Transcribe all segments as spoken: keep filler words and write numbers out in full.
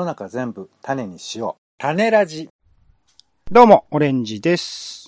中全部種にしよう。種ラジ。 どうも、オレンジです。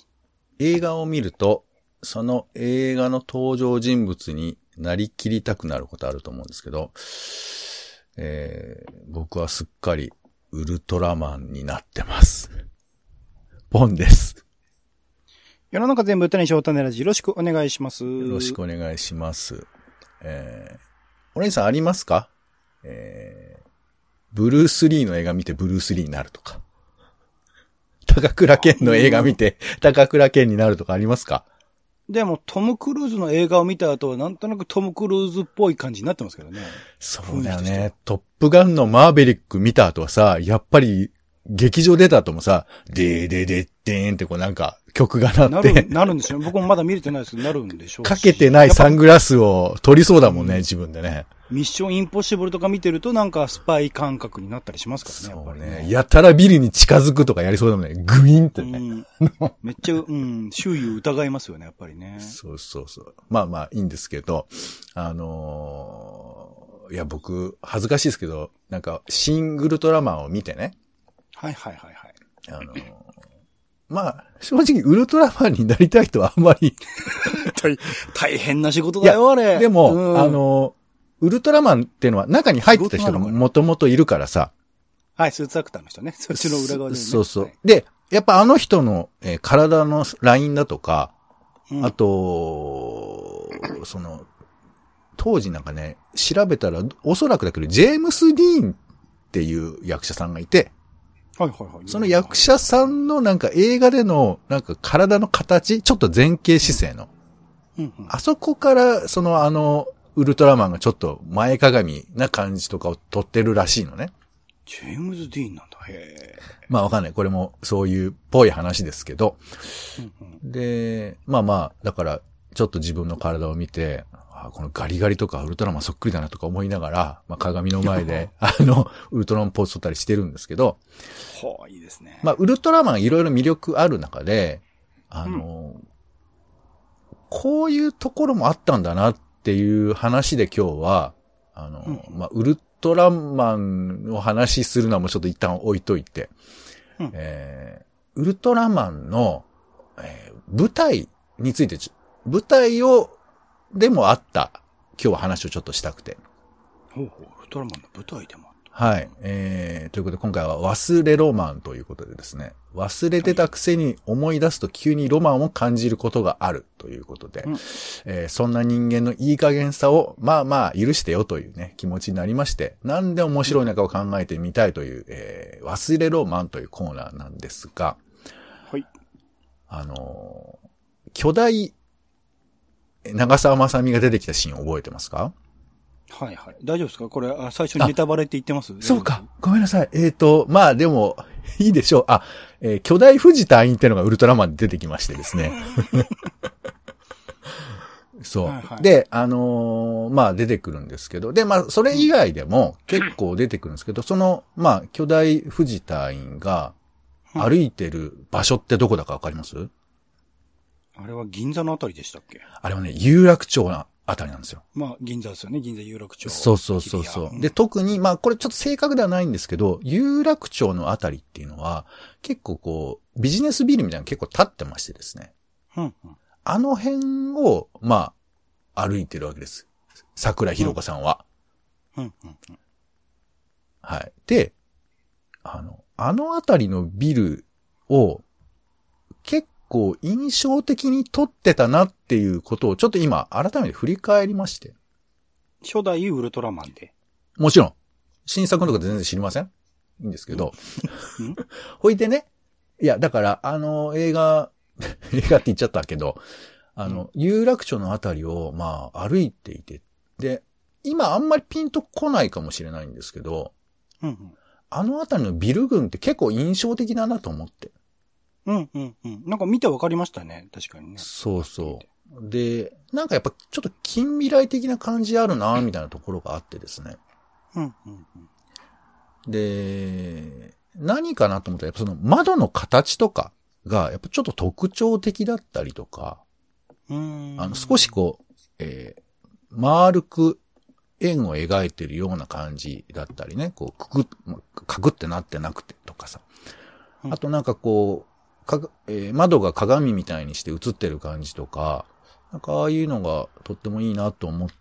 映画を見ると、その映画の登場人物になりきりたくなることあると思うんですけど、えー、僕はすっかりウルトラマンになってます。ポンです。 世の中全部種にしよう、種ラジ。よろしくお願いします。 よろしくお願いします。えー、オレンジさんありますか？えー、ブルース・リーの映画見てブルース・リーになるとか。高倉健の映画見て高倉健になるとかありますか？ でもトム・クルーズの映画を見た後はなんとなくトム・クルーズっぽい感じになってますけどね。 そうだよね。トップガンのマーベリック見た後はさ、やっぱり劇場出た後もさ、でーでーでーでーんってこうなんか曲が鳴って。 なる、なるんですよ。僕もまだ見れてないですけど、なるんでしょうし。 かけてないサングラスを取りそうだもんね、自分でね。 ミッションインポッシブルとか見てるとなんかスパイ感覚になったりしますからね。 そうね。 やっぱりね。 やたらビルに近づくとかやりそうだもんね。グイーンってね。 うん、めっちゃ、うん、周囲を疑いますよね、やっぱりね。 そうそうそう。まあまあいいんですけど、あのー、いや僕、恥ずかしいですけど、なんか、シン・ウルトラマンを見てね。 はいはいはいはい。 あのー、まあ、正直ウルトラマンになりたい人はあんまり大、大変な仕事だよ、あれ。 でも、 うん、 あの、ウルトラマンっていうのは中に入ってた人がもともといるからさ。 はい、スーツアクターの人ね。そっちの裏側で、ね。 そうそう。 はい、 で、やっぱあの人の、えー、体のラインだとか、うん、あと、その、当時なんかね、調べたらおそらくだけど、ジェームス・ディーンっていう役者さんがいて、 はいはいはい。 その役者さんのなんか映画でのなんか体の形、ちょっと前傾姿勢の。 うんうんうん、 あそこからそのあの、ウルトラマンがちょっと前かがみな感じとかを撮ってるらしいのね。 ジェームズ・ディーンなんだ。へー。 まあわかんない。これもそういうっぽい話ですけど。 うんうん、 で、まあまあ、だからちょっと自分の体を見て、あこのガリガリとかウルトラマンそっくりだなとか思いながら、まあ鏡の前で、あの、ウルトラマンポーズ撮ったりしてるんですけど。 ほう、いいですね。 まあウルトラマンいろいろ魅力ある中で、あの、うん、こういうところもあったんだなっていう話で今日は、あの、うん、まあ、ウルトラマンの話するのはもうちょっと一旦置いといて、うん、えー、ウルトラマンの、えー、舞台について、舞台を、でもあった、今日は話をちょっとしたくて。 ほうほう、ウルトラマンの舞台でもあった。 はい。えー、ということで今回は忘れロマンということでですね、忘れてたくせに思い出すと急にロマンを感じることがあるということで、うん、えー、そんな人間のいい加減さをまあまあ許してよというね、気持ちになりまして、なんで面白いのかを考えてみたいという、えー、忘れロマンというコーナーなんですが、 はい。 あのー、巨大、長澤まさみが出てきたシーン覚えてますか？ はいはい。大丈夫ですか？これ、あ、最初にネタバレって言ってます？ そうか。ごめんなさい。えっと、まあでも、いいでしょう。あ、えー、巨大藤隊員っていうのがウルトラマンで出てきましてですね。そう、はいはい。で、あのー、まあ出てくるんですけど、で、まあそれ以外でも結構出てくるんですけど、その、まあ巨大藤隊員が歩いてる場所ってどこだかわかります？ あれは銀座のあたりでしたっけ？ あれはね、有楽町なあたりなんですよ。 まあ、銀座ですよね。銀座有楽町。 そうそうそうそう。で、特に、まあ、これちょっと正確ではないんですけど、有楽町のあたりっていうのは、結構こう、ビジネスビルみたいなの結構立ってましてですね。 うんうん、 あの辺を、まあ、歩いてるわけです。桜ひろ子さんは。 うんうんうんうん、 はい。で、あの、あのあたりのビルを、結構、こう印象的に撮ってたなっていうことをちょっと今改めて振り返りまして。 初代ウルトラマンで。 もちろん。新作のとか全然知りません？いいんですけど。ほいでね。いや、だからあの映画、映画って言っちゃったけど、あの、うん、有楽町のあたりをまあ歩いていて、で、今あんまりピンとこないかもしれないんですけど、 うんうん、 あのあたりのビル群って結構印象的だなと思って。 うんうんうん。なんか見てわかりましたね。確かにね。 そうそう。で、なんかやっぱちょっと近未来的な感じあるなみたいなところがあってですね。 うんうんうん。で、何かなと思ったらやっぱその窓の形とかがやっぱちょっと特徴的だったりとか、 うーん、 あの少しこう、えー、丸く円を描いてるような感じだったりね、こう、くく、かくってなってなくてとかさ。あとなんかこう、かえー、窓が鏡みたいにして映ってる感じとか、なんかああいうのがとってもいいなと思って、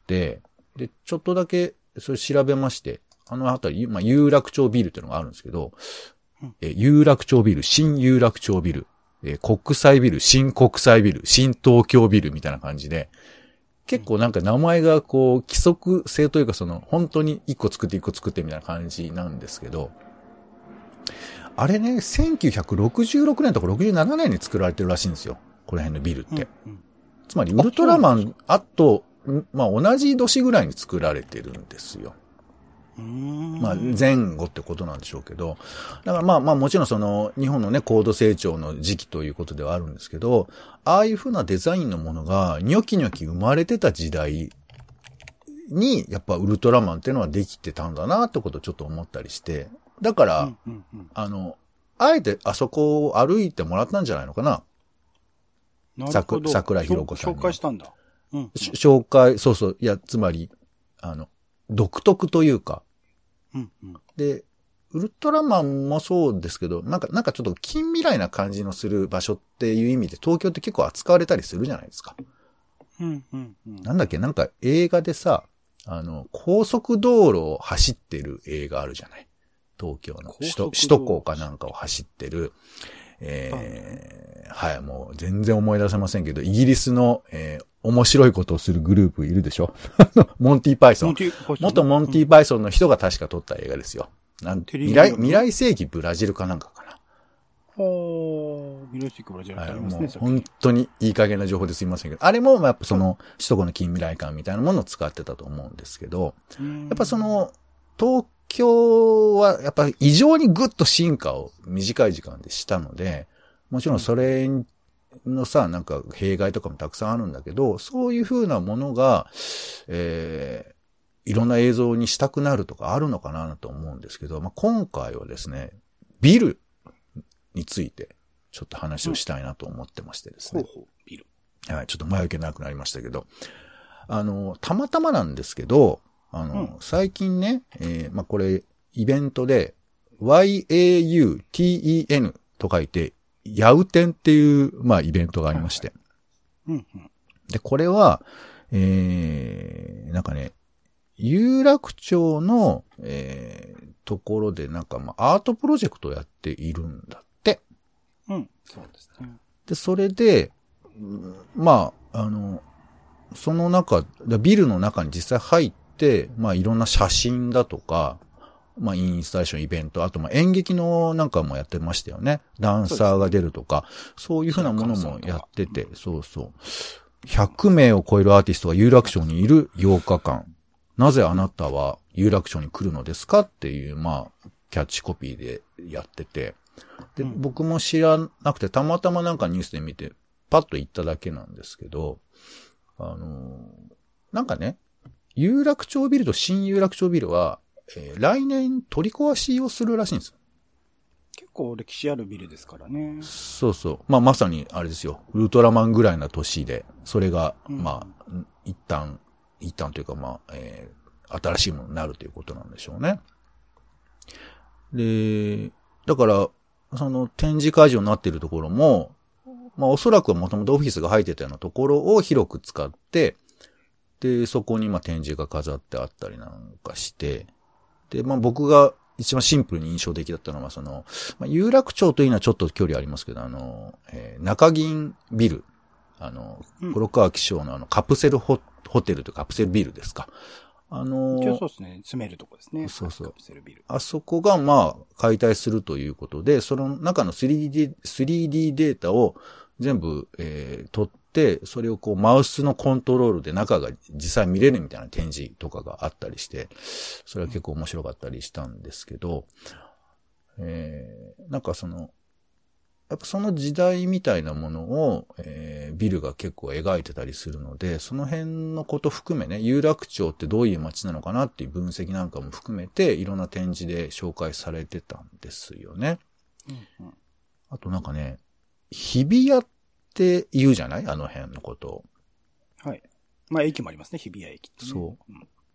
で、ちょっとだけそれ調べまして、あのあたり、まあ、有楽町ビルっていうのがあるんですけど、えー、有楽町ビル、新有楽町ビル、えー、国際ビル、新国際ビル、新東京ビルみたいな感じで、結構なんか名前がこう規則性というかその本当に一個作って一個作ってみたいな感じなんですけど、あれね、せんきゅうひゃくろくじゅうろくねんとかろくじゅうななねんに作られてるらしいんですよ。この辺のビルって。うんうん、つまりウルトラマン、あと、まあ同じ年ぐらいに作られてるんですよ。まあ前後ってことなんでしょうけど。だからまあまあもちろんその日本のね高度成長の時期ということではあるんですけど、ああいう風なデザインのものがニョキニョキ生まれてた時代にやっぱウルトラマンっていうのはできてたんだなってことをちょっと思ったりして。だから、うんうんうん、あの、あえてあそこを歩いてもらったんじゃないのかな。 なるほど。 桜ひろ子さんに。 紹介したんだ。 うんうん、紹介、そうそう。いや、つまり、あの、独特というか、 うんうん、 で、ウルトラマンもそうですけど、なんか、なんかちょっと近未来な感じのする場所っていう意味で東京って結構扱われたりするじゃないですか。 うんうんうん、 なんだっけ、なんか映画でさ、あの、高速道路を走ってる映画あるじゃない。東京の首都、首都高かなんかを走ってる。えー、はい、もう全然思い出せませんけど、イギリスの、えー、面白いことをするグループいるでしょモンティパイソン。元モンティパイソンの人が確か撮った映画ですよ。なん未来、未来世紀ブラジルかなんかかな。 ほー、未来世紀ブラジルってありますね。 はい、もう本当にいい加減な情報ですいませんけど、あれもやっぱその首都高の近未来感みたいなものを使ってたと思うんですけど、やっぱその東京はやっぱり異常にぐっと進化を短い時間でしたので、もちろんそれのさ、なんか弊害とかもたくさんあるんだけど、そういう風なものが、えー、いろんな映像にしたくなるとかあるのかなと思うんですけど、まあ、今回はですね、ビルについてちょっと話をしたいなと思ってましてですね。 ほうほう、ビル。 はい、ちょっと前置きなくなりましたけど、あの、たまたまなんですけど、あの、うん、最近ね、えー、まあ、これ、イベントで、ワイエーユーティーイーエヌ と書いて、ヤウテンっていう、まあ、イベントがありまして。 はいはい、うんうん、 で、これは、えー、なんかね、有楽町の、えー、ところで、なんか、まあ、アートプロジェクトをやっているんだって。 うん、そうですね。 で、それで、まあ、あの、その中、ビルの中に実際入って、まあ、いろんな写真だとか、まあ、インスタレーションイベント、あと、まあ、演劇のなんかもやってましたよね。ダンサーが出るとか、そういうふうなものもやってて、そうそう。ひゃくめいを超えるアーティストが有楽町にいるようかかん。なぜあなたは有楽町に来るのですかっていう、まあ、キャッチコピーでやってて。で、僕も知らなくて、たまたまなんかニュースで見て、パッと行っただけなんですけど、あの、なんかね、有楽町ビルと新有楽町ビルは、えー、来年取り壊しをするらしいんですよ。 結構歴史あるビルですからね。 そうそう。まあまさにあれですよ。ウルトラマンぐらいな年で、それが、うん、まあ、一旦、一旦というかまあ、えー、新しいものになるということなんでしょうね。で、だから、その展示会場になっているところも、まあおそらくはもともとオフィスが入ってたようなところを広く使って、で、そこにまあ展示が飾ってあったりなんかして、で、まあ僕が一番シンプルに印象的だったのは、その、まあ、有楽町というのはちょっと距離ありますけど、あの、えー、中銀ビル、あの、黒川紀章のあのカプセルホ、ホテルというカプセルビルですか。あのー、 一応そうですね。住めるとこですね。 そうそう。 カプセルビル。 あそこがまあ解体するということで、その中の スリーディー、スリーディー データを全部、えー、取って、それをこうマウスのコントロールで中が実際見れるみたいな展示とかがあったりして、それは結構面白かったりしたんですけど、えー、なんかその、やっぱその時代みたいなものを、えー、ビルが結構描いてたりするので、その辺のこと含めね、有楽町ってどういう街なのかなっていう分析なんかも含めて、いろんな展示で紹介されてたんですよね。 うんうん、 あとなんかね、日比谷って言うじゃない？あの辺のことを。 はい。まあ駅もありますね、日比谷駅って、ね。 そう。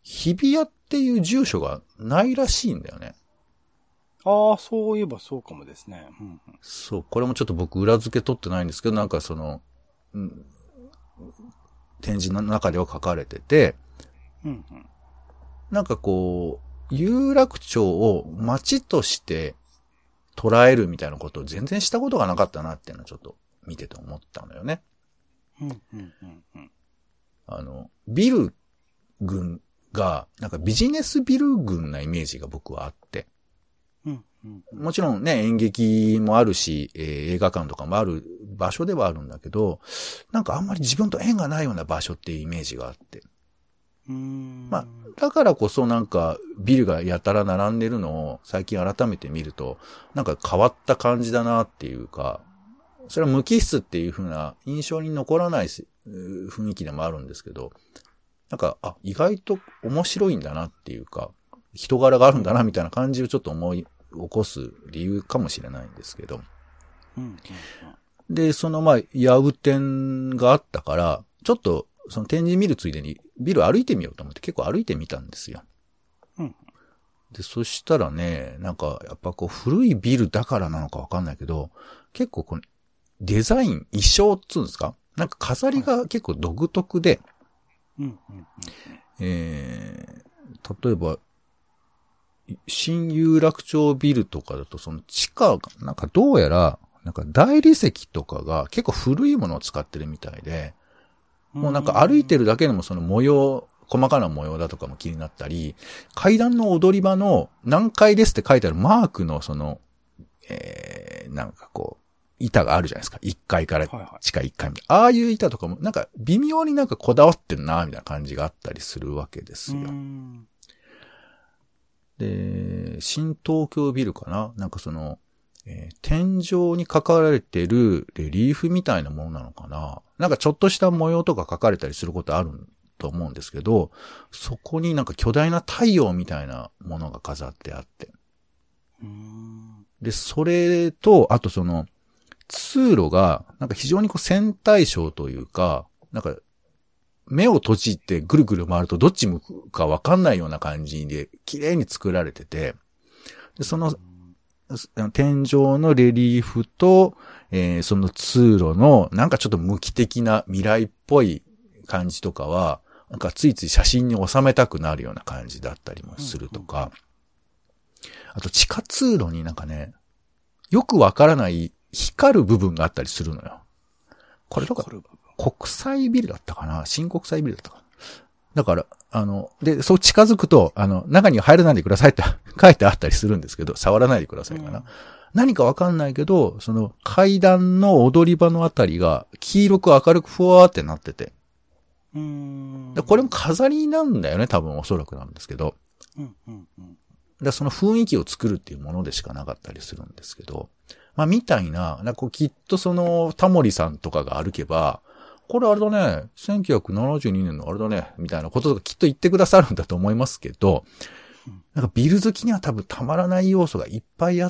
日比谷っていう住所がないらしいんだよね。 ああ、そういえばそうかもですね。うんうん、 そう、これもちょっと僕裏付け取ってないんですけど、なんかその、うん、展示の中では書かれてて、 うんうん、 なんかこう、有楽町を街として捉えるみたいなことを全然したことがなかったなっていうのはちょっと見てて思ったのよね。 うんうんうんうん、 あの、ビル群が、なんかビジネスビル群なイメージが僕はあって、 うんうんうん、 もちろんね、演劇もあるし、えー、映画館とかもある場所ではあるんだけど、なんかあんまり自分と縁がないような場所っていうイメージがあって。 うーん、 まあ、だからこそなんかビルがやたら並んでるのを最近改めて見ると、なんか変わった感じだなっていうか、それは無機質っていう風な印象に残らない雰囲気でもあるんですけど、なんか、あ、意外と面白いんだなっていうか、人柄があるんだなみたいな感じをちょっと思い起こす理由かもしれないんですけど。 うんうんうん、 で、そのまあ、八百店があったから、ちょっとその展示見るついでにビル歩いてみようと思って結構歩いてみたんですよ。 うん、 で、そしたらね、なんかやっぱこう古いビルだからなのかわかんないけど、結構このデザイン、衣装っつうんですか？なんか飾りが結構独特で、 うんうんうんうん、 えー、例えば、新有楽町ビルとかだとその地下が、なんかどうやら、なんか大理石とかが結構古いものを使ってるみたいで、もうなんか歩いてるだけでもその模様、細かな模様だとかも気になったり、階段の踊り場の何階ですって書いてあるマークのその、えー、なんかこう、板があるじゃないですか。いっかいから地下いっかいみたいな。ああいう板とかもなんか微妙になんかこだわってんな、みたいな感じがあったりするわけですよ。で、新東京ビルかな？なんかその、えー、天井に書かれてるレリーフみたいなものなのかな？なんかちょっとした模様とか書かれたりすることあると思うんですけど、そこになんか巨大な太陽みたいなものが飾ってあって。 うーん、 で、それと、あとその、通路が、なんか非常にこう線対称というか、なんか、目を閉じてぐるぐる回るとどっち向くかわかんないような感じで綺麗に作られてて、でその、天井のレリーフと、えー、その通路のなんかちょっと無機的な未来っぽい感じとかは、なんかついつい写真に収めたくなるような感じだったりもするとか、あと地下通路になんかね、よくわからない光る部分があったりするのよ。これとか、国際ビルだったかな？新国際ビルだったかな？だから、あの、で、そう近づくと、あの、中に入らないでくださいって書いてあったりするんですけど、触らないでくださいかな。うん、何かわかんないけど、その階段の踊り場のあたりが黄色く明るくふわーってなってて。 うーん、 でこれも飾りなんだよね、多分おそらくなんですけど。 うんうんうん、 でその雰囲気を作るっていうものでしかなかったりするんですけど。まあ、みたいな、なんかこうきっとその、タモリさんとかが歩けば、これあれだね、せんきゅうひゃくななじゅうにねんのあれだね、みたいなこととかきっと言ってくださるんだと思いますけど、なんかビル好きには多分たまらない要素がいっぱいあって、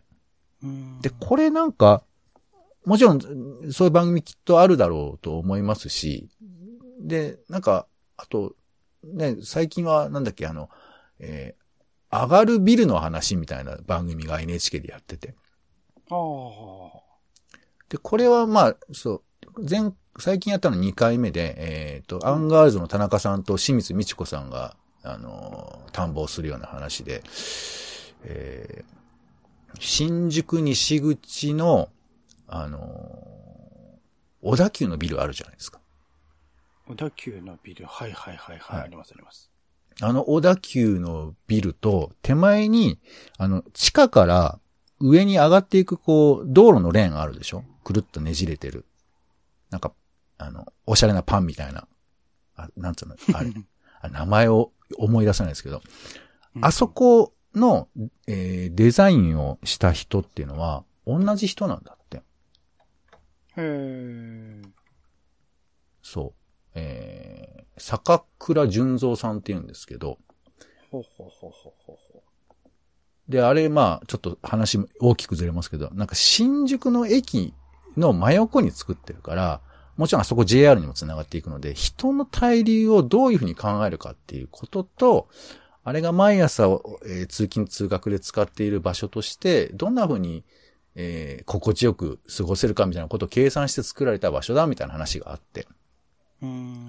で、これなんか、もちろんそういう番組きっとあるだろうと思いますし、で、なんか、あと、ね、最近はなんだっけ、あの、えー、上がるビルの話みたいな番組が エヌエイチケー でやってて。 ああ。 で、これはまあ、そう、前、最近やったのにかいめで、えっと、アンガールズの田中さんと清水美智子さんが、あのー、探訪するような話で、えー、新宿西口の、あのー、小田急のビルあるじゃないですか。 小田急のビル、はいはいはいはい、はい、ありますあります。 あの小田急のビルと手前に、あの、地下から上に上がっていくこう、道路のレーンあるでしょ？くるっとねじれてる。なんか、あの、おしゃれなパンみたいな。あ、なんつうの、あれ。名前を思い出さないですけど。あそこの、えー、デザインをした人っていうのは、同じ人なんだって。 へー。 そう。えー、坂倉淳三さんって言うんですけど。 ほほほほほほ。 で、あれ、まあ、ちょっと話大きくずれますけど、なんか新宿の駅の真横に作ってるから、 もちろんあそこ ジェイアール にもつながっていくので、人の滞留をどういうふうに考えるかっていうことと、あれが毎朝、えー、通勤通学で使っている場所として、どんなふうに、えー、心地よく過ごせるかみたいなことを計算して作られた場所だみたいな話があって。 うん、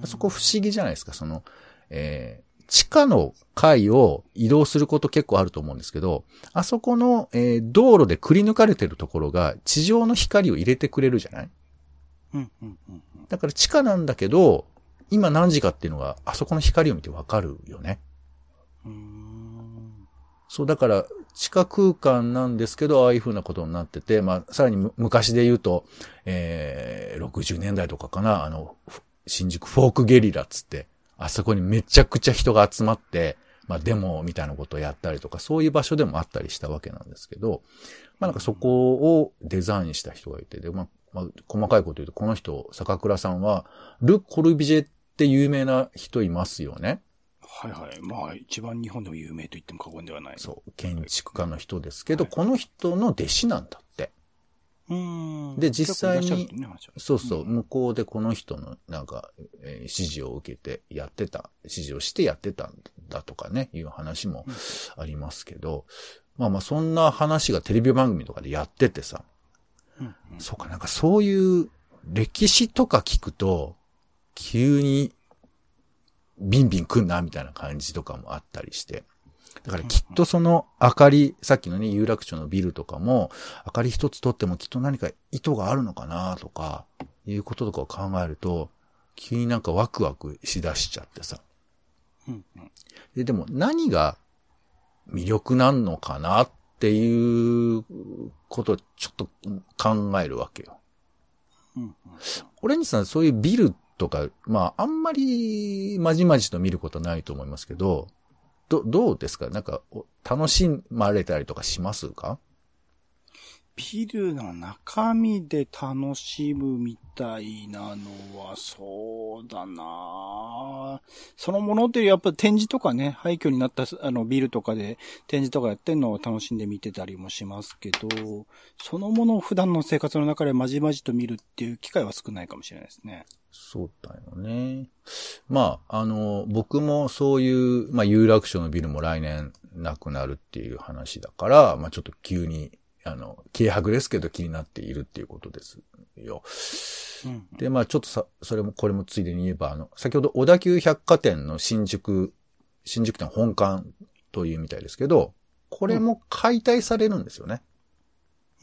そこ不思議じゃないですか、その、えー、地下の階を移動すること結構あると思うんですけど、あそこの、えー、道路でくり抜かれてるところが地上の光を入れてくれるじゃない？ うんうんうん、 だから地下なんだけど、今何時かっていうのがあそこの光を見てわかるよね。 うーん、 そう、だから地下空間なんですけど、ああいう風なことになってて、まあ、さらに昔で言うと、えー、ろくじゅうねんだいとかかな、あの、新宿フォークゲリラっつって、あそこにめちゃくちゃ人が集まって、まあデモみたいなことをやったりとか、そういう場所でもあったりしたわけなんですけど、まあなんかそこをデザインした人がいて、で、まあ、まあ、細かいこと言うと、この人、坂倉さんは、ル・コルビジェって有名な人いますよね。 はいはい。まあ一番日本でも有名と言っても過言ではない。 そう、建築家の人ですけど、はい、この人の弟子なんだって。 うーんで、実際に、 ね、 そうそう、向こうでこの人のなんか、えー、指示を受けてやってた、指示をしてやってたんだとかね、いう話もありますけど、うん、まあまあそんな話がテレビ番組とかでやっててさ、うんうん、そうか、なんかそういう歴史とか聞くと、急にビンビン来んなみたいな感じとかもあったりして、だからきっとその明かり、さっきのね、有楽町のビルとかも、明かり一つとってもきっと何か意図があるのかなとか、いうこととかを考えると、急になんかワクワクしだしちゃってさ。 うんうん、 で、でも何が魅力なんのかなっていうことをちょっと考えるわけよ。 うんうん、 オレンジさん、そういうビルとか、まあ、あんまりまじまじと見ることないと思いますけど、ど、どうですか？なんか、楽しまれたりとかしますか？ ビルの中身で楽しむみたいなのは、そうだなそのものってやっぱ展示とかね、廃墟になったあのビルとかで展示とかやってんのを楽しんで見てたりもしますけど、そのものを普段の生活の中でまじまじと見るっていう機会は少ないかもしれないですね。 そうだよね。まあ、あの、僕もそういう、まあ、有楽町のビルも来年なくなるっていう話だから、まあ、ちょっと急に、あの、軽薄ですけど気になっているっていうことですよ。うんうん、で、まあ、ちょっとさ、それも、これもついでに言えば、あの、先ほど小田急百貨店の新宿、新宿店本館というみたいですけど、これも解体されるんですよね。 うん。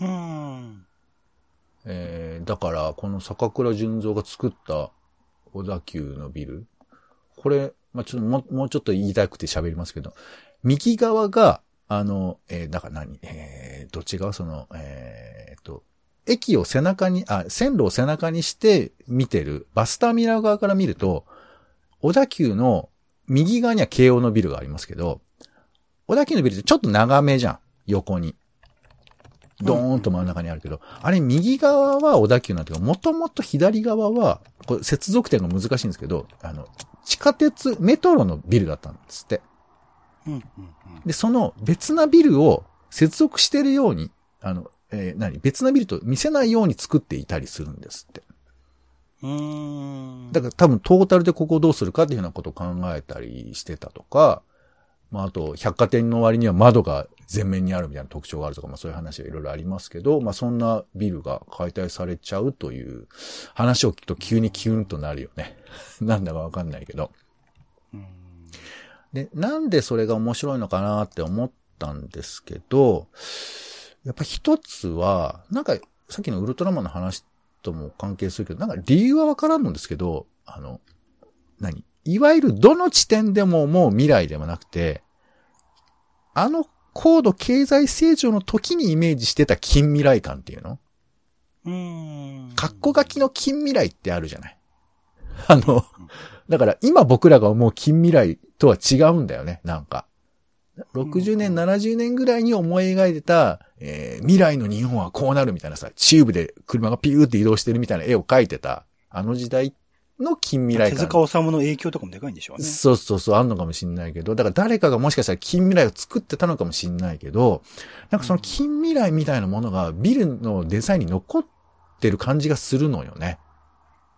えー、だから、この坂倉純三が作った小田急のビル。これ、まあ、ちょっともう、もうちょっと言いたくて喋りますけど、右側が、あの、えー、だから何えー、どっち側その、えー、と、駅を背中に、あ、線路を背中にして見てる、バスターミナル側から見ると、小田急の右側には京王のビルがありますけど、小田急のビルってちょっと長めじゃん、横に。ドーンと真ん中にあるけど、うん、あれ右側は小田急なんていうか、もともと左側は、これ接続点が難しいんですけど、あの、地下鉄、メトロのビルだったんですって。 うんうんうん、 で、その別なビルを接続してるように、あの、えー、何別なビルと見せないように作っていたりするんですって。 うーん。 だから多分トータルでここをどうするかっていうようなことを考えたりしてたとか、まああと百貨店の割には窓が前面にあるみたいな特徴があるとか、まあそういう話がいろいろありますけど、まあそんなビルが解体されちゃうという話を聞くと急にキュンとなるよね。なんだかわかんないけど。 うんで、なんでそれが面白いのかなって思ったんですけど、やっぱ一つは、なんかさっきのウルトラマンの話とも関係するけど、なんか理由はわからんのですけど、あの、何いわゆるどの地点でももう未来ではなくて、あの高度経済成長の時にイメージしてた近未来感っていうの？ うーん。 カッコ書きの近未来ってあるじゃない。あの、だから今僕らが思う近未来とは違うんだよね、なんか。ろくじゅうねん、ななじゅうねんぐらいに思い描いてた、えー、未来の日本はこうなるみたいなさ、チューブで車がピューって移動してるみたいな絵を描いてた、あの時代の近未来感。 手塚治虫の影響とかもでかいんでしょうね。 そうそうそう、あんのかもしんないけど、だから誰かがもしかしたら近未来を作ってたのかもしんないけど、なんかその近未来みたいなものがビルのデザインに残ってる感じがするのよね。 う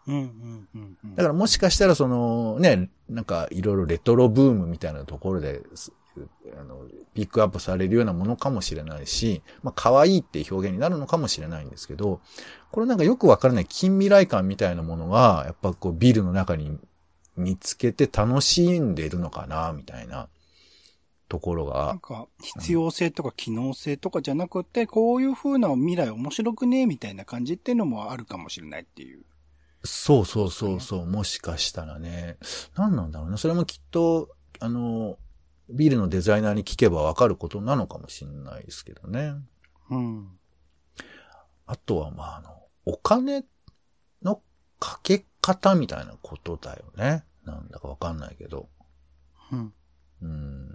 うんうんうんうん、 だからもしかしたらそのね、なんかいろいろレトロブームみたいなところで、あの、ピックアップされるようなものかもしれないし、まあ可愛いっていう表現になるのかもしれないんですけど、これなんかよくわからない近未来感みたいなものが、やっぱこうビルの中に見つけて楽しんでいるのかな、みたいなところが。 なんか必要性とか機能性とかじゃなくて、うん、こういう風な未来面白くねみたいな感じっていうのもあるかもしれないっていう。 そうそうそうそう、もしかしたらね。何なんだろうね。それもきっと、あの、ビルのデザイナーに聞けばわかることなのかもしれないですけどね。 うん。 あとは、まあ、あの、お金のかけ方みたいなことだよね。なんだかわかんないけど。 うん。 うん。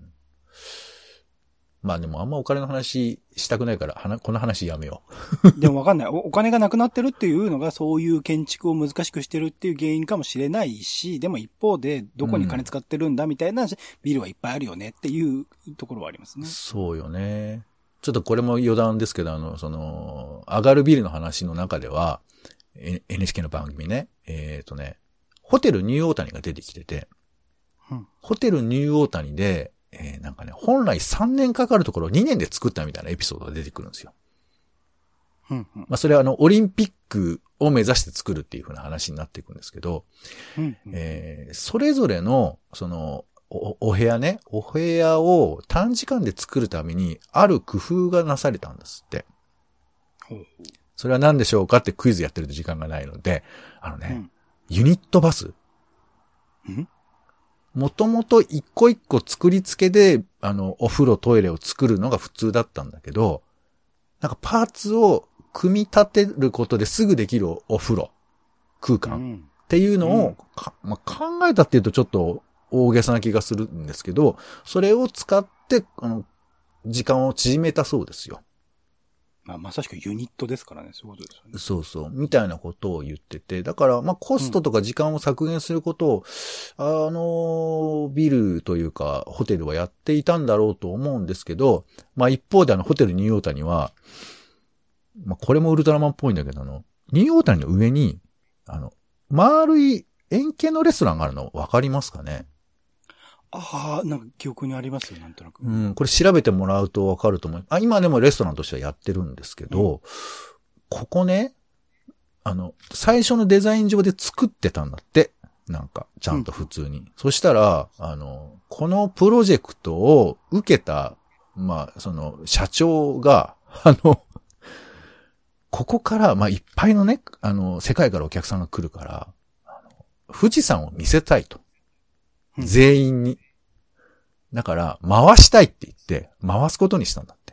まあでもあんまお金の話したくないから、はなこの話やめよう。でもわかんないお。お金がなくなってるっていうのがそういう建築を難しくしてるっていう原因かもしれないし、でも一方でどこに金使ってるんだみたいな、うん、ビルはいっぱいあるよねっていうところはありますね。 そうよね。ちょっとこれも余談ですけど、あの、その、上がるビルの話の中では、エヌエイチケー の番組ね、えっとね、ホテルニューオータニが出てきてて、 うん、 ホテルニューオータニで、えー、なんかね、本来さんねんかかるところをにねんで作ったみたいなエピソードが出てくるんですよ。 うんうん、 まあそれはあの、オリンピックを目指して作るっていう風な話になっていくんですけど、 うんうんえー、それぞれの、そのお、お部屋ね、お部屋を短時間で作るために、ある工夫がなされたんですって。 ほうほう、 それは何でしょうかってクイズやってると時間がないので、あのね、うん、ユニットバス。 んもともと一個一個作り付けで、あの、お風呂、トイレを作るのが普通だったんだけど、なんかパーツを組み立てることですぐできるお風呂、空間っていうのを、うんまあ、考えたっていうとちょっと大げさな気がするんですけど、それを使って、あの、時間を縮めたそうですよ。 まあ、まさしくユニットですからね、そういうことですよね。 そうそう、みたいなことを言ってて、だから、まあ、コストとか時間を削減することを、うん、あの、ビルというか、ホテルはやっていたんだろうと思うんですけど、まあ、一方であの、ホテルニューオータニは、まあ、これもウルトラマンっぽいんだけど、あの、ニューオータニの上に、あの、丸い円形のレストランがあるの分かりますかね？ ああ、なんか記憶にありますよ、なんとなく。 うん、これ調べてもらうとわかると思う。あ、今でもレストランとしてはやってるんですけど、うん、ここね、あの、最初のデザイン上で作ってたんだって。なんか、ちゃんと普通に。うん、そしたら、あの、このプロジェクトを受けた、まあ、その、社長が、あの、ここから、まあ、いっぱいのね、あの、世界からお客さんが来るから、あの富士山を見せたいと。全員に。だから、回したいって言って、回すことにしたんだって。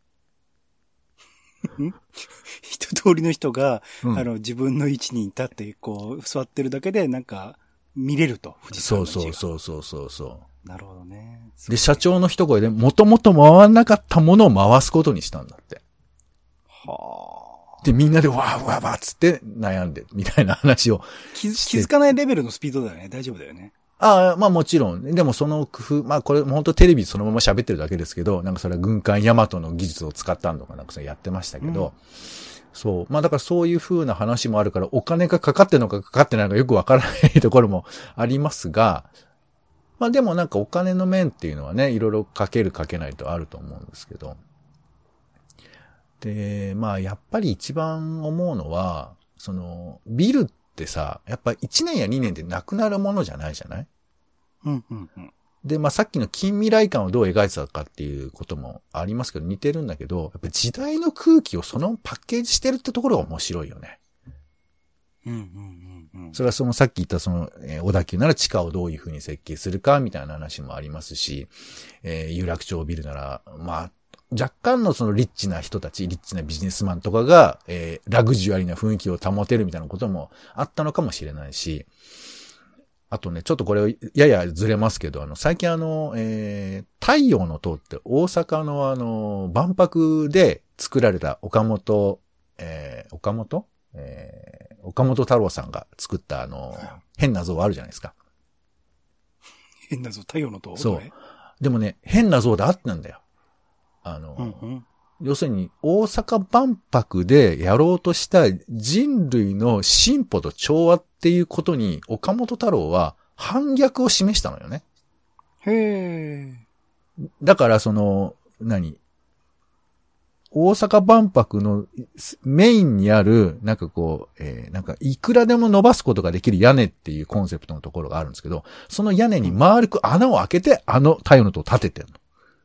一通りの人が、うん、あの、自分の位置に立って、こう、座ってるだけで、なんか、見れると。富士山の字が。 そうそうそうそうそう。 なるほどね。 で、社長の一声で、もともと回らなかったものを回すことにしたんだって。 はあ。 で、みんなでわーわーわーつって悩んで、みたいな話を気づ。気づかないレベルのスピードだよね。大丈夫だよね。 ああ、まあもちろん。でもその工夫、まあこれ本当テレビそのまま喋ってるだけですけど、なんかそれは軍艦ヤマトの技術を使ったんとかなんかそれやってましたけど、うん、そう。まあだからそういう風な話もあるから、お金がかかってるのかかかってないのかよくわからないところもありますが、まあでもなんかお金の面っていうのはね、いろいろかけるかけないとあると思うんですけど。で、まあやっぱり一番思うのは、その、ビルってさ、やっぱいちねんやにねんでなくなるものじゃないじゃない？ うんうんうん。 で、まあさっきの近未来感をどう描いてたかっていうこともありますけど、似てるんだけど、やっぱ時代の空気をそのパッケージしてるってところが面白いよね。 うんうんうんうん。 それはそのさっき言ったその、えー、小田急なら地下をどういう風に設計するかみたいな話もありますし、えー、有楽町ビルなら、まあ、若干のそのリッチな人たち、リッチなビジネスマンとかが、えー、ラグジュアリーな雰囲気を保てるみたいなこともあったのかもしれないし、あとね、ちょっとこれをややずれますけど、あの、最近あの、えー、太陽の塔って大阪のあの、万博で作られた岡本、えー、岡本えー、岡本太郎さんが作ったあの、変な像あるじゃないですか。 変な像、太陽の塔？ そう。でもね、変な像であったんだよ。あの、 うんうん、 要するに大阪万博でやろうとした人類の進歩と調和っっていうことに、岡本太郎は反逆を示したのよね。 へー。 だからその、何大阪万博のメインにある、なんかこう、えー、なんかいくらでも伸ばすことができる屋根っていうコンセプトのところがあるんですけど、その屋根に丸く穴を開けて、あの太陽の塔を立ててるの。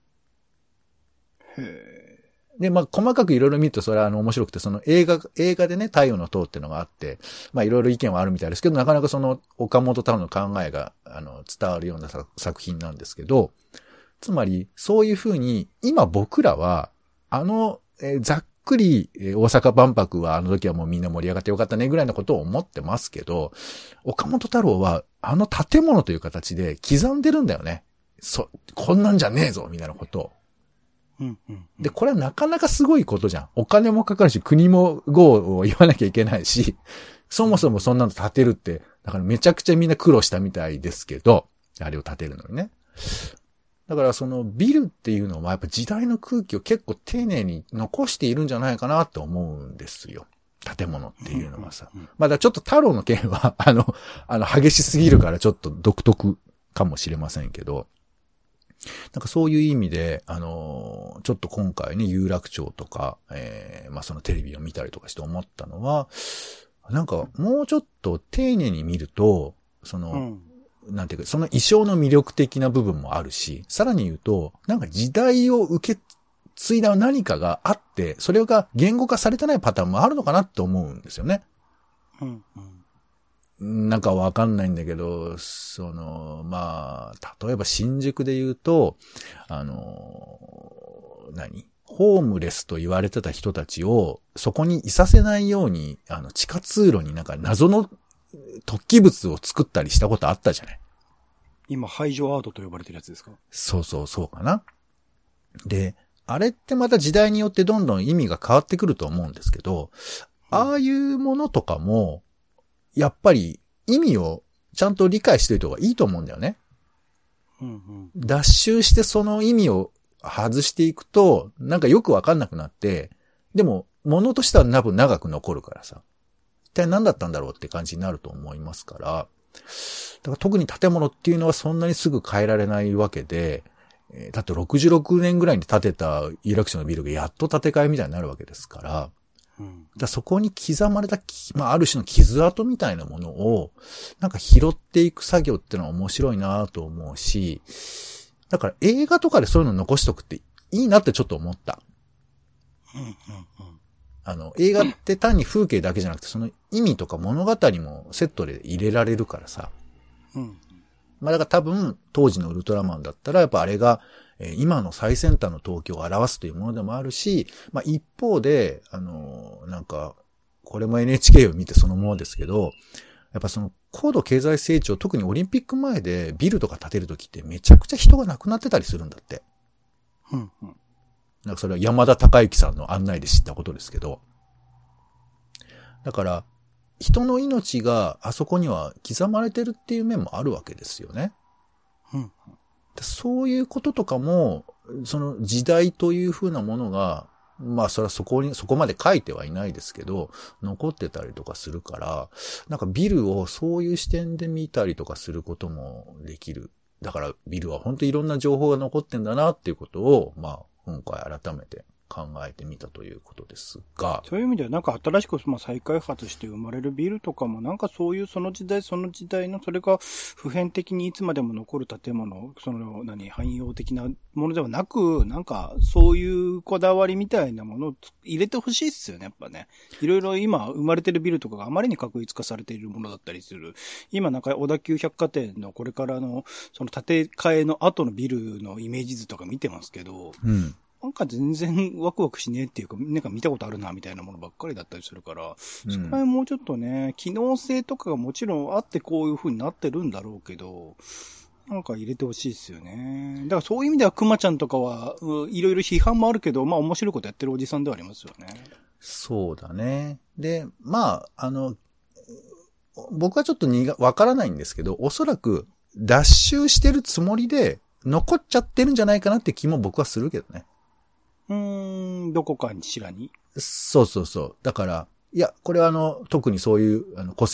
へー。で、まあ、細かくいろいろ見ると、それはあの面白くて、その映画、映画でね、太陽の塔っていうのがあって、まあ、いろいろ意見はあるみたいですけど、なかなかその岡本太郎の考えが、あの、伝わるような作品なんですけど、つまり、そういうふうに、今僕らは、あの、えー、ざっくり、えー、大阪万博はあの時はもうみんな盛り上がってよかったねぐらいのことを思ってますけど、岡本太郎はあの建物という形で刻んでるんだよね。そ、こんなんじゃねえぞみたいなことを。 うんうんうん、 で、これはなかなかすごいことじゃん。お金もかかるし、国もゴーを言わなきゃいけないし、そもそもそんなの建てるって、だからめちゃくちゃみんな苦労したみたいですけど、あれを建てるのにね。だからそのビルっていうのはやっぱ時代の空気を結構丁寧に残しているんじゃないかなと思うんですよ。建物っていうのはさ。 うんうんうん、 まだちょっと太郎の件は、あの、あの激しすぎるからちょっと独特かもしれませんけど、なんかそういう意味で、あの、ちょっと今回ね、有楽町とか、えー、まあそのテレビを見たりとかして思ったのは、なんかもうちょっと丁寧に見ると、その、うんなんていうか、その衣装の魅力的な部分もあるし、さらに言うと、なんか時代を受け継いだ何かがあって、それが言語化されてないパターンもあるのかなって思うんですよね。 うんうん、なんかわかんないんだけど、その、まあ、例えば新宿で言うと、あの、何ホームレスと言われてた人たちを、そこにいさせないように、あの、地下通路になんか謎の突起物を作ったりしたことあったじゃない。 今、排除アートと呼ばれてるやつですか？ そうそうそうかな。で、あれってまた時代によってどんどん意味が変わってくると思うんですけど、ああいうものとかも、やっぱり意味をちゃんと理解しておいた方がいいと思うんだよね。 うんうん、 脱臭してその意味を外していくと、なんかよくわかんなくなって、でも、物としては多分長く残るからさ。一体何だったんだろうって感じになると思いますから、だから特に建物っていうのはそんなにすぐ変えられないわけで、えー、だってろくじゅうろくねんぐらいに建てた有楽町のビルがやっと建て替えみたいになるわけですから、うん、だからそこに刻まれた、まあある種の傷跡みたいなものをなんか拾っていく作業ってのは面白いなと思うし、だから映画とかでそういうの残しとくっていいなってちょっと思った。 うんうんうんあの、映画って単に風景だけじゃなくて、その意味とか物語もセットで入れられるからさ。 うん。 まあだから多分、当時のウルトラマンだったら、やっぱあれが、えー、今の最先端の東京を表すというものでもあるし、まあ一方で、あのー、なんか、これも エヌエイチケー を見てそのものですけど、やっぱその高度経済成長、特にオリンピック前でビルとか建てるときってめちゃくちゃ人が亡くなってたりするんだって。 うんうん。 なんかそれは山田孝之さんの案内で知ったことですけど。だから、人の命があそこには刻まれてるっていう面もあるわけですよね。 うん、 そういうこととかも、その時代というふうなものが、まあそれはそこに、そこまで書いてはいないですけど、残ってたりとかするから、なんかビルをそういう視点で見たりとかすることもできる。だからビルは本当にいろんな情報が残ってんだなっていうことを、まあ、今回改めて考えてみたということですが。 そういう意味ではなんか新しくまあ再開発して生まれるビルとかもなんかそういうその時代その時代のそれが普遍的にいつまでも残る建物、その何、汎用的なものではなく、なんかそういうこだわりみたいなものを入れてほしいっすよね、やっぱね。いろいろ今生まれてるビルとかがあまりに確立化されているものだったりする。今なんか小田急百貨店のこれからのその建て替えの後のビルのイメージ図とか見てますけど、 うんなんか全然ワクワクしねえっていうか、なんか見たことあるなみたいなものばっかりだったりするから、うん、そこら辺もうちょっとね、機能性とかがもちろんあってこういう風になってるんだろうけど、なんか入れてほしいですよね。だからそういう意味ではクマちゃんとかは、いろいろ批判もあるけど、まあ面白いことやってるおじさんではありますよね。 そうだね。で、まあ、あの、僕はちょっとにがわからないんですけど、おそらく脱臭してるつもりで残っちゃってるんじゃないかなって気も僕はするけどね。 うーん、どこかにしらに。 そうそうそう。だから、いや、これはあの、特にそういうあの個性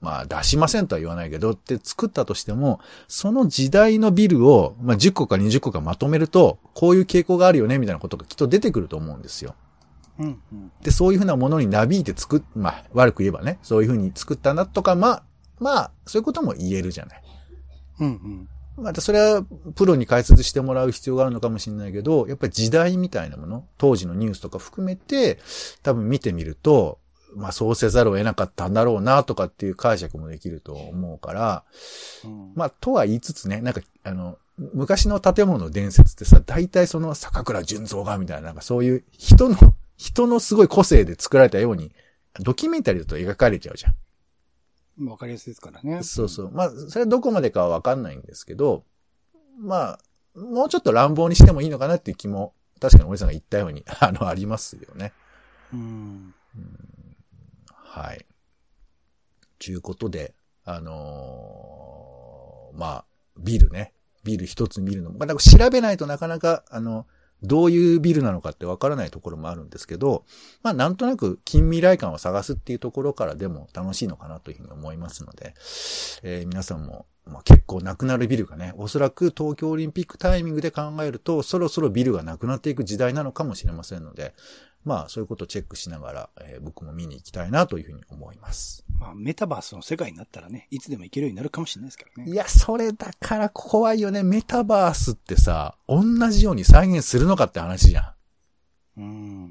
まあ出しませんとは言わないけどって作ったとしても、その時代のビルを、まあじゅっこかにじゅっこかまとめると、こういう傾向があるよねみたいなことがきっと出てくると思うんですよ。 うんうん、 で、そういうふうなものになびいて作っ、まあ悪く言えばね、そういうふうに作ったなとか、まあ、まあ、そういうことも言えるじゃない。 うんうん。 またそれはプロに解説してもらう必要があるのかもしれないけど、やっぱり時代みたいなもの、当時のニュースとか含めて、多分見てみると、まあそうせざるを得なかったんだろうなとかっていう解釈もできると思うから、うん、まあとは言いつつね、なんかあの、昔の建物の伝説ってさ、大体その坂倉純三がみたいな、なんかそういう人の、人のすごい個性で作られたように、ドキュメンタリーだと描かれちゃうじゃん。 わかりやすいですからね。 そうそう。まあ、それはどこまでかはわかんないんですけど、まあ、もうちょっと乱暴にしてもいいのかなっていう気も、確かにおじさんが言ったように、あの、ありますよね。 うん。 うんはい。ということで、あのー、まあ、ビルね。ビル一つ見るのも、まあ、だから調べないとなかなか、あの、どういうビルなのかってわからないところもあるんですけど、まあなんとなく近未来感を探すっていうところからでも楽しいのかなというふうに思いますので、えー、皆さんも、まあ、結構なくなるビルがね、おそらく東京オリンピックタイミングで考えると、そろそろビルがなくなっていく時代なのかもしれませんので、まあそういうことをチェックしながら、えー、僕も見に行きたいなというふうに思います。 まあメタバースの世界になったらね、いつでも行けるようになるかもしれないですからね。 いや、それだから怖いよね。メタバースってさ、同じように再現するのかって話じゃん。 うん。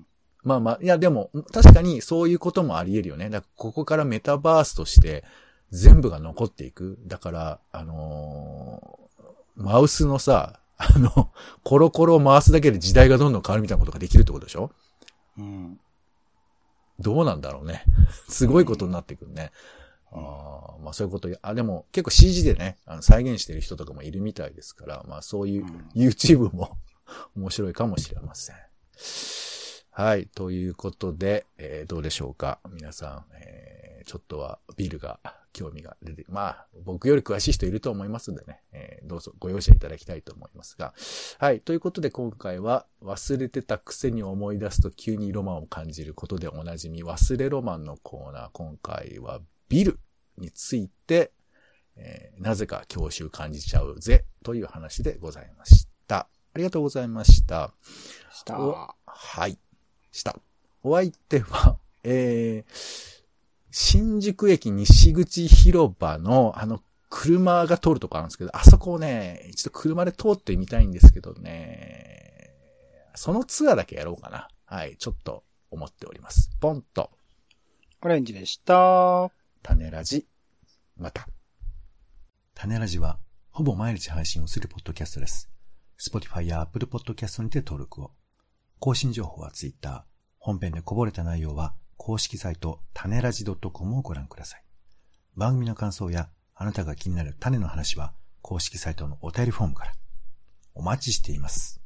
まあまあ、いやでも、確かにそういうこともあり得るよね。だからここからメタバースとして全部が残っていく。だから、あのー、マウスのさ、あの、コロコロを回すだけで時代がどんどん変わるみたいなことができるってことでしょ？ うん。 どうなんだろうね。すごいことになってくるね。うん、あまあそういうことや、あ、でも結構 シージー でね、あの再現してる人とかもいるみたいですから、まあそういう YouTube も面白いかもしれません。はい。ということで、えー、どうでしょうか。皆さん、えー、ちょっとはビルが興味が出て、まあ、僕より詳しい人いると思いますんでね、えー、どうぞご容赦いただきたいと思いますが。はい。ということで今回は忘れてたくせに思い出すと急にロマンを感じることでおなじみ忘れロマンのコーナー。今回はビルについて、えー、なぜか郷愁感じちゃうぜという話でございました。ありがとうございました。 した。 はい。した。お相手は、えー、新宿駅西口広場のあの車が通るとこあるんですけど、あそこをね、一度車で通ってみたいんですけどね、そのツアーだけやろうかな。はい、ちょっと思っております。ポンと。 オレンジでした。 種ラジ。また。種ラジは、ほぼ毎日配信をするポッドキャストです。Spotify や Apple Podcast にて登録を。更新情報は Twitter。本編でこぼれた内容は、公式サイト、種ラジ .com をご覧ください。番組の感想や、あなたが気になる種の話は、公式サイトのお便りフォームから。お待ちしています。